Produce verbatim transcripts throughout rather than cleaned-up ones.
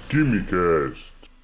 Quimicast.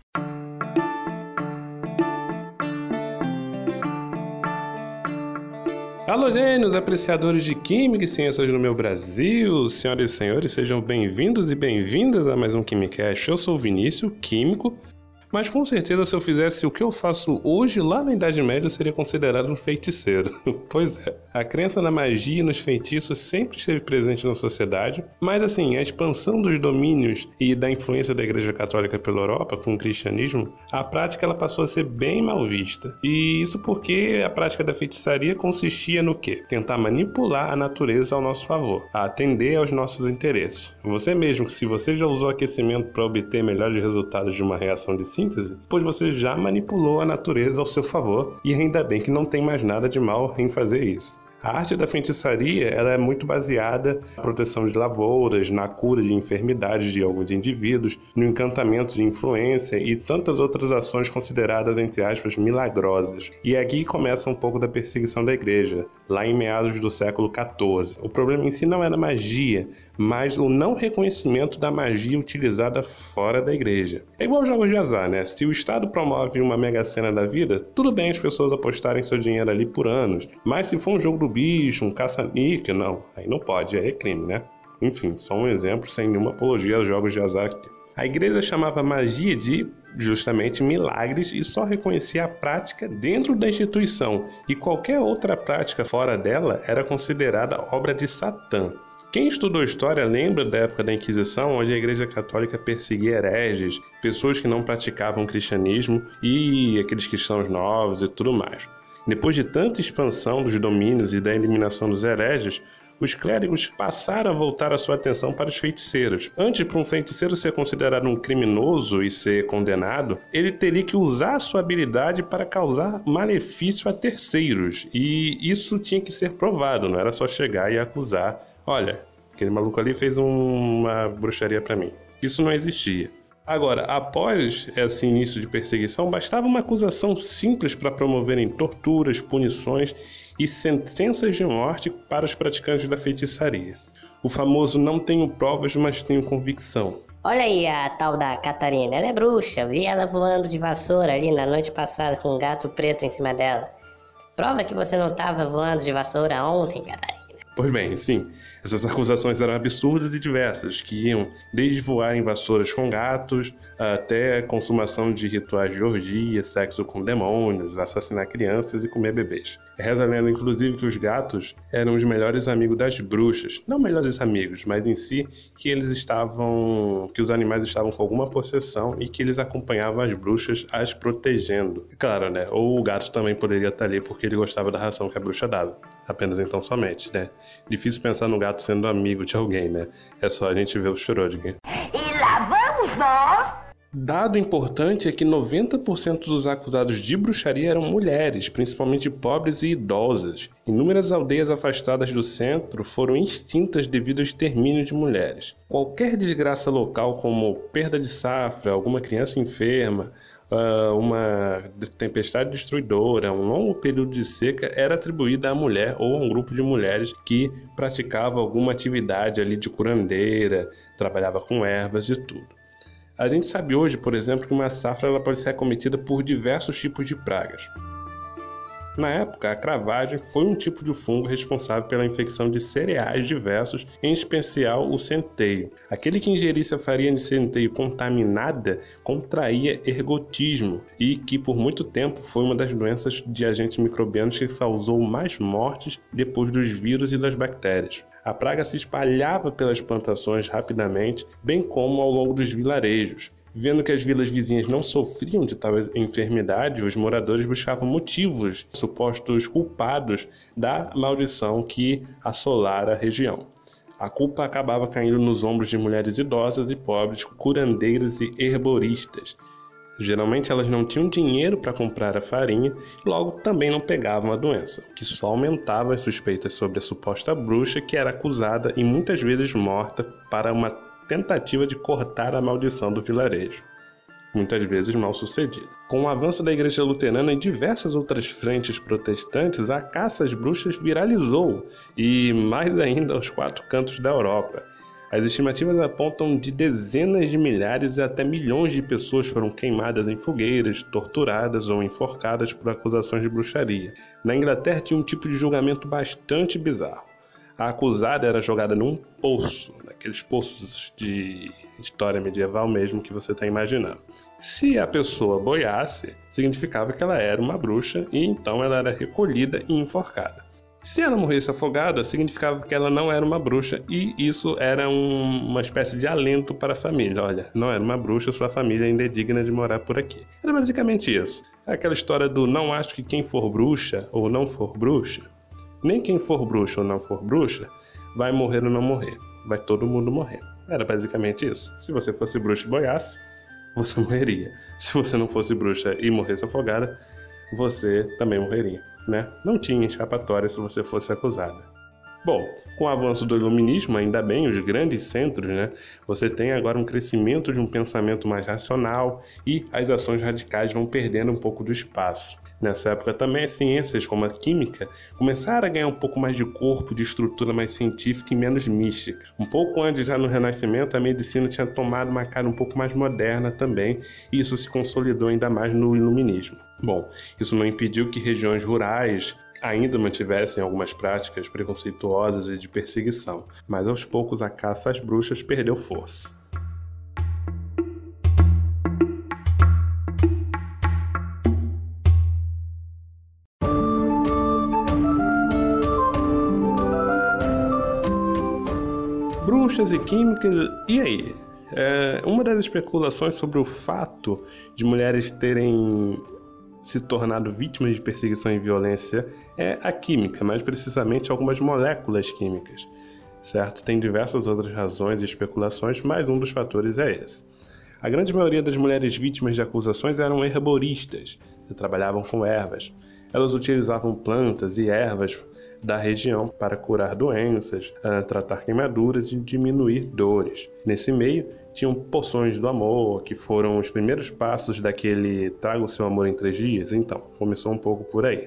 Alô, gênios, apreciadores de Química e Ciências no meu Brasil. Senhoras e senhores, sejam bem-vindos e bem-vindas a mais um Quimicast. Eu sou o Vinícius, químico, mas com certeza se eu fizesse o que eu faço hoje lá na Idade Média, eu seria considerado um feiticeiro. Pois é, a crença na magia e nos feitiços sempre esteve presente na sociedade, mas assim, a expansão dos domínios e da influência da Igreja Católica pela Europa com o cristianismo, a prática ela passou a ser bem mal vista. E isso porque a prática da feitiçaria consistia no quê? Tentar manipular a natureza ao nosso favor, a atender aos nossos interesses. Você mesmo, se você já usou aquecimento para obter melhores resultados de uma reação de síntese, pois você já manipulou a natureza ao seu favor, e ainda bem que não tem mais nada de mal em fazer isso. A arte da feitiçaria ela é muito baseada na proteção de lavouras, na cura de enfermidades de alguns indivíduos, no encantamento de influência e tantas outras ações consideradas, entre aspas, milagrosas. E aqui começa um pouco da perseguição da igreja, lá em meados do século quatorze. O problema em si não era magia, mas o não reconhecimento da magia utilizada fora da igreja. É igual jogos de azar, né? Se o Estado promove uma mega-sena da vida, tudo bem as pessoas apostarem seu dinheiro ali por anos, mas se for um jogo do bicho, um caça-níquel, não, aí não pode, aí é crime, né? Enfim, só um exemplo sem nenhuma apologia aos jogos de azar. A igreja chamava magia de, justamente, milagres e só reconhecia a prática dentro da instituição, e qualquer outra prática fora dela era considerada obra de Satã. Quem estudou história lembra da época da Inquisição, onde a Igreja Católica perseguia hereges, pessoas que não praticavam o cristianismo e aqueles cristãos novos e tudo mais. Depois de tanta expansão dos domínios e da eliminação dos hereges, os clérigos passaram a voltar a sua atenção para os feiticeiros. Antes, para um feiticeiro ser considerado um criminoso e ser condenado, ele teria que usar a sua habilidade para causar malefício a terceiros. E isso tinha que ser provado, não era só chegar e acusar. Olha, aquele maluco ali fez um, uma bruxaria para mim. Isso não existia. Agora, após esse início de perseguição, bastava uma acusação simples para promoverem torturas, punições e sentenças de morte para os praticantes da feitiçaria. O famoso não tenho provas, mas tenho convicção. Olha aí a tal da Catarina, ela é bruxa, vi ela voando de vassoura ali na noite passada com um gato preto em cima dela. Prova que você não estava voando de vassoura ontem, Catarina. Pois bem, sim, essas acusações eram absurdas e diversas, que iam desde voar em vassouras com gatos, até consumação de rituais de orgia, sexo com demônios, assassinar crianças e comer bebês. Reza a lenda, inclusive, que os gatos eram os melhores amigos das bruxas, não melhores amigos, mas em si que eles estavam, que os animais estavam com alguma possessão e que eles acompanhavam as bruxas as protegendo. Claro, né? Ou o gato também poderia estar ali porque ele gostava da ração que a bruxa dava. Apenas então somente, né? Difícil pensar no gato sendo amigo de alguém, né? É só a gente ver o Schrödinger. E lá vamos nós! Dado importante é que noventa por cento dos acusados de bruxaria eram mulheres, principalmente pobres e idosas. Inúmeras aldeias afastadas do centro foram extintas devido ao extermínio de mulheres. Qualquer desgraça local, como perda de safra, alguma criança enferma, uma tempestade destruidora, um longo período de seca, era atribuída à mulher ou a um grupo de mulheres que praticava alguma atividade ali de curandeira, trabalhava com ervas e tudo. A gente sabe hoje, por exemplo, que uma safra ela pode ser acometida por diversos tipos de pragas. Na época, a cravagem foi um tipo de fungo responsável pela infecção de cereais diversos, em especial o centeio. Aquele que ingerisse a farinha de centeio contaminada contraía ergotismo e que por muito tempo foi uma das doenças de agentes microbianos que causou mais mortes depois dos vírus e das bactérias. A praga se espalhava pelas plantações rapidamente, bem como ao longo dos vilarejos. Vendo que as vilas vizinhas não sofriam de tal enfermidade, os moradores buscavam motivos, supostos culpados da maldição que assolara a região. A culpa acabava caindo nos ombros de mulheres idosas e pobres, curandeiras e herboristas. Geralmente elas não tinham dinheiro para comprar a farinha e logo também não pegavam a doença, o que só aumentava as suspeitas sobre a suposta bruxa que era acusada e muitas vezes morta para uma tentativa de cortar a maldição do vilarejo, muitas vezes mal sucedida. Com o avanço da Igreja Luterana em diversas outras frentes protestantes, a caça às bruxas viralizou, e mais ainda aos quatro cantos da Europa. As estimativas apontam de dezenas de milhares e até milhões de pessoas foram queimadas em fogueiras, torturadas ou enforcadas por acusações de bruxaria. Na Inglaterra tinha um tipo de julgamento bastante bizarro. A acusada era jogada num poço, naqueles poços de história medieval mesmo que você está imaginando. Se a pessoa boiasse, significava que ela era uma bruxa e então ela era recolhida e enforcada. Se ela morresse afogada, significava que ela não era uma bruxa e isso era um, uma espécie de alento para a família. Olha, não era uma bruxa, sua família ainda é digna de morar por aqui. Era basicamente isso. Aquela história do não acho que quem for bruxa ou não for bruxa, nem quem for bruxa ou não for bruxa, vai morrer ou não morrer. Vai todo mundo morrer. Era basicamente isso. Se você fosse bruxa e boiasse, você morreria. Se você não fosse bruxa e morresse afogada, você também morreria, né? Não tinha escapatória se você fosse acusada. Bom, com o avanço do iluminismo, ainda bem, os grandes centros, né? Você tem agora um crescimento de um pensamento mais racional e as ações radicais vão perdendo um pouco do espaço. Nessa época também as ciências, como a química, começaram a ganhar um pouco mais de corpo, de estrutura mais científica e menos mística. Um pouco antes, já no Renascimento, a medicina tinha tomado uma cara um pouco mais moderna também, e isso se consolidou ainda mais no iluminismo. Bom, isso não impediu que regiões rurais ainda mantivessem algumas práticas preconceituosas e de perseguição, mas aos poucos a caça às bruxas perdeu força. Bruxas e química, e aí? É, uma das especulações sobre o fato de mulheres terem se tornado vítimas de perseguição e violência é a química, mais precisamente algumas moléculas químicas, certo? Tem diversas outras razões e especulações, mas um dos fatores é esse. A grande maioria das mulheres vítimas de acusações eram herboristas, que trabalhavam com ervas. Elas utilizavam plantas e ervas da região para curar doenças, tratar queimaduras e diminuir dores. Nesse meio, tinham poções do amor, que foram os primeiros passos daquele traga o seu amor em três dias. Então, começou um pouco por aí.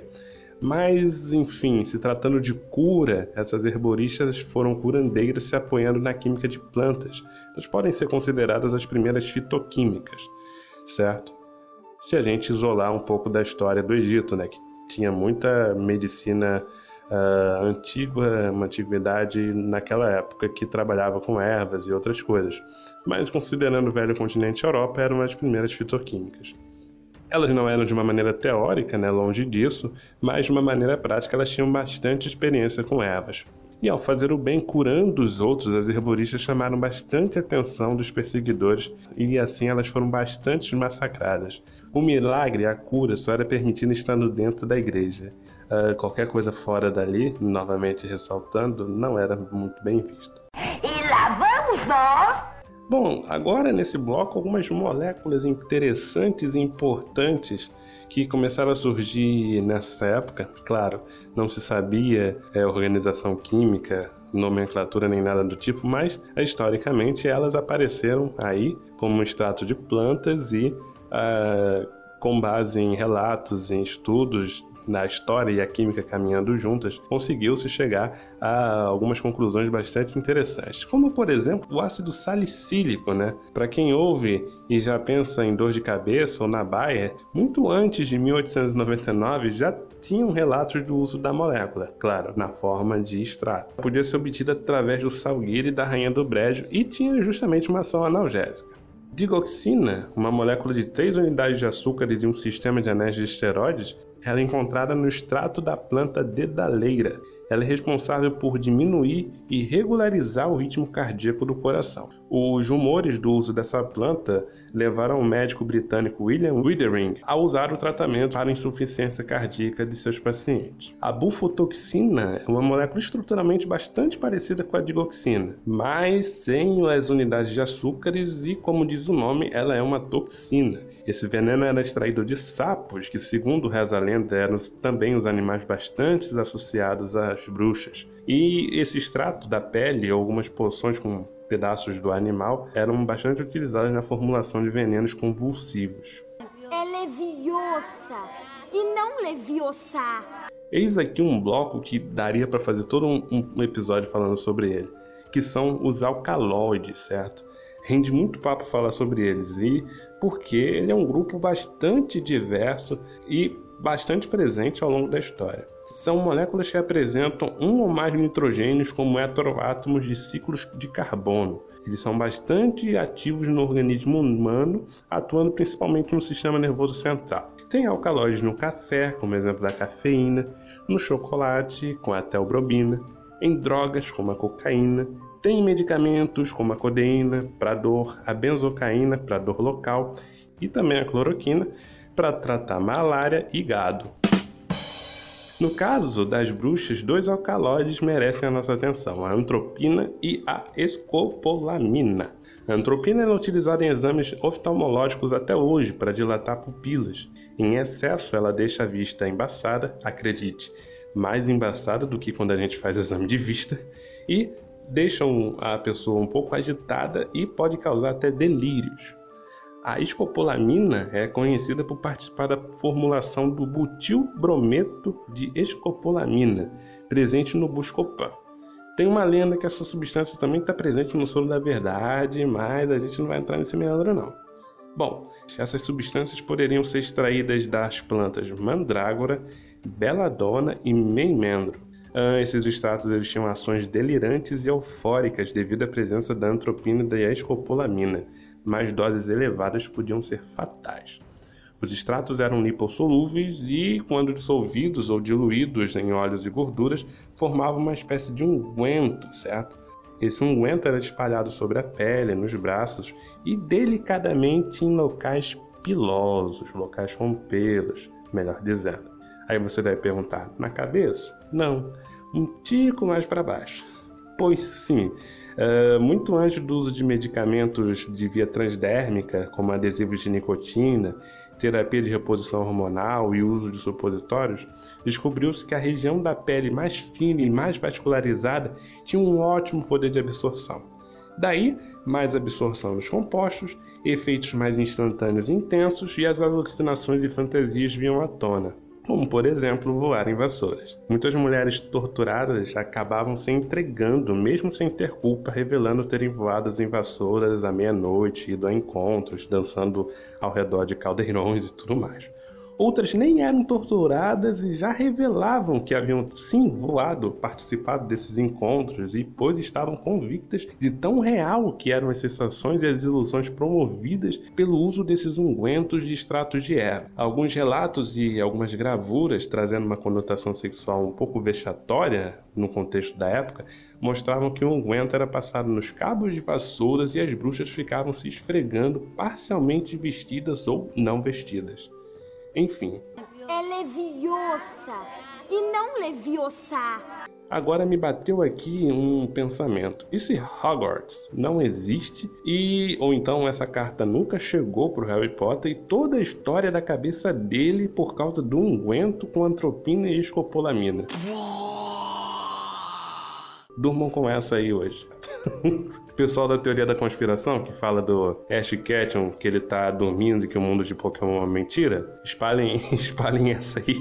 Mas, enfim, se tratando de cura, essas herboristas foram curandeiras se apoiando na química de plantas. Elas podem ser consideradas as primeiras fitoquímicas, certo? Se a gente isolar um pouco da história do Egito, né, que tinha muita medicina Uh, antiga, uma antiguidade naquela época que trabalhava com ervas e outras coisas, mas considerando o velho continente Europa, eram as primeiras fitoquímicas. Elas não eram de uma maneira teórica, né, longe disso, mas de uma maneira prática elas tinham bastante experiência com ervas. E ao fazer o bem curando os outros, as herboristas chamaram bastante a atenção dos perseguidores e assim elas foram bastante massacradas. O milagre, a cura, só era permitida estando dentro da igreja. Uh, qualquer coisa fora dali, novamente ressaltando, não era muito bem vista. E lá vamos nós! Bom, agora nesse bloco algumas moléculas interessantes e importantes que começaram a surgir nessa época. Claro, não se sabia é, organização química, nomenclatura nem nada do tipo, mas historicamente elas apareceram aí como extrato de plantas e uh, com base em relatos, em estudos na história e a química caminhando juntas, conseguiu-se chegar a algumas conclusões bastante interessantes, como por exemplo o ácido salicílico, né? Para quem ouve e já pensa em dor de cabeça ou na baia, muito antes de mil oitocentos e noventa e nove já tinham relatos do uso da molécula, claro, na forma de extrato. Podia ser obtida através do salgueiro e da rainha do brejo e tinha justamente uma ação analgésica. Digoxina, uma molécula de três unidades de açúcares e um sistema de anéis de esteroides, ela é encontrada no extrato da planta dedaleira. Ela é responsável por diminuir e regularizar o ritmo cardíaco do coração. Os rumores do uso dessa planta levaram o médico britânico William Withering a usar o tratamento para a insuficiência cardíaca de seus pacientes. A bufotoxina é uma molécula estruturalmente bastante parecida com a digoxina, mas sem as unidades de açúcares e, como diz o nome, ela é uma toxina. Esse veneno era extraído de sapos, que, segundo reza a lenda, eram também os animais bastante associados às bruxas. E esse extrato da pele, ou algumas poções com pedaços do animal, eram bastante utilizadas na formulação de venenos convulsivos. É leviosa e não leviosa. Eis aqui um bloco que daria para fazer todo um, um episódio falando sobre ele, que são os alcaloides, certo? Rende muito papo falar sobre eles, e porque ele é um grupo bastante diverso e bastante presente ao longo da história. São moléculas que apresentam um ou mais nitrogênios como heteroátomos de ciclos de carbono. Eles são bastante ativos no organismo humano, atuando principalmente no sistema nervoso central. Tem alcaloides no café, como exemplo da cafeína, no chocolate, com a teobromina, em drogas, como a cocaína, tem medicamentos como a codeína para dor, a benzocaína para dor local e também a cloroquina para tratar malária e gado. No caso das bruxas, dois alcaloides merecem a nossa atenção, a antropina e a escopolamina. A antropina é utilizada em exames oftalmológicos até hoje para dilatar pupilas. Em excesso, ela deixa a vista embaçada, acredite, mais embaçada do que quando a gente faz exame de vista, e deixam a pessoa um pouco agitada e pode causar até delírios. A escopolamina é conhecida por participar da formulação do butilbrometo de escopolamina, presente no Buscopan. Tem uma lenda que essa substância também está presente no soro da verdade, mas a gente não vai entrar nesse meandro não. Bom, essas substâncias poderiam ser extraídas das plantas mandrágora, beladona e meimendro. Ah, esses extratos eles tinham ações delirantes e eufóricas devido à presença da antropina e da escopolamina, mas doses elevadas podiam ser fatais. Os extratos eram lipossolúveis e, quando dissolvidos ou diluídos em óleos e gorduras, formavam uma espécie de unguento, certo? Esse unguento era espalhado sobre a pele, nos braços e delicadamente em locais pilosos, locais com pelos, melhor dizendo. Aí você deve perguntar, na cabeça? Não, um tico mais para baixo. Pois sim, uh, muito antes do uso de medicamentos de via transdérmica, como adesivos de nicotina, terapia de reposição hormonal e uso de supositórios, descobriu-se que a região da pele mais fina e mais vascularizada tinha um ótimo poder de absorção. Daí, mais absorção dos compostos, efeitos mais instantâneos e intensos, e as alucinações e fantasias vinham à tona, como, por exemplo, voar em vassouras. Muitas mulheres torturadas acabavam se entregando, mesmo sem ter culpa, revelando terem voado em vassouras à meia-noite, ido a encontros, dançando ao redor de caldeirões e tudo mais. Outras nem eram torturadas e já revelavam que haviam sim voado, participado desses encontros e pois estavam convictas de tão real que eram as sensações e as ilusões promovidas pelo uso desses ungüentos de extratos de erva. Alguns relatos e algumas gravuras, trazendo uma conotação sexual um pouco vexatória no contexto da época, mostravam que o unguento era passado nos cabos de vassouras e as bruxas ficavam se esfregando parcialmente vestidas ou não vestidas. Enfim. É leviosa e não leviosa. Agora me bateu aqui um pensamento. E se Hogwarts não existe e ou então essa carta nunca chegou pro Harry Potter e toda a história é da cabeça dele por causa do unguento com antropina e escopolamina? Durmam com essa aí hoje. Pessoal da teoria da conspiração, que fala do Ash Ketchum, que ele tá dormindo e que o mundo de Pokémon é uma mentira, espalhem, espalhem essa aí.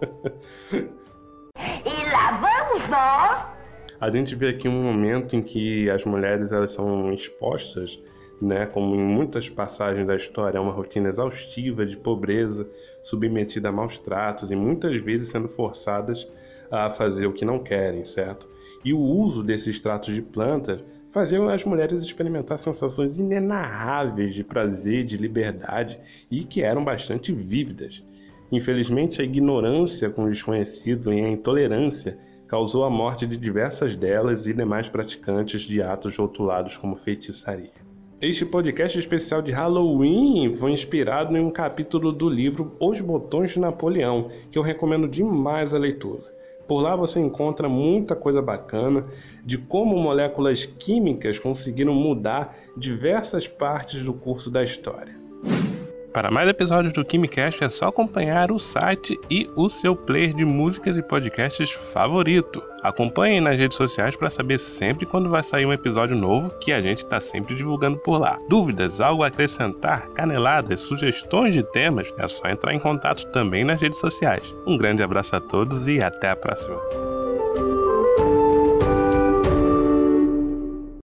E lá vamos nós! A gente vê aqui um momento em que as mulheres elas são expostas, né, como em muitas passagens da história, a uma rotina exaustiva de pobreza, submetida a maus tratos e muitas vezes sendo forçadas a fazer o que não querem, certo? E o uso desses extratos de plantas faziam as mulheres experimentar sensações inenarráveis de prazer, de liberdade e que eram bastante vívidas. Infelizmente, a ignorância com o desconhecido e a intolerância causou a morte de diversas delas e demais praticantes de atos rotulados como feitiçaria. Este podcast especial de Halloween foi inspirado em um capítulo do livro Os Botões de Napoleão, que eu recomendo demais a leitura. Por lá você encontra muita coisa bacana de como moléculas químicas conseguiram mudar diversas partes do curso da história. Para mais episódios do KimiCast é só acompanhar o site e o seu player de músicas e podcasts favorito. Acompanhem nas redes sociais para saber sempre quando vai sair um episódio novo, que a gente está sempre divulgando por lá. Dúvidas, algo a acrescentar, caneladas, sugestões de temas, é só entrar em contato também nas redes sociais. Um grande abraço a todos e até a próxima.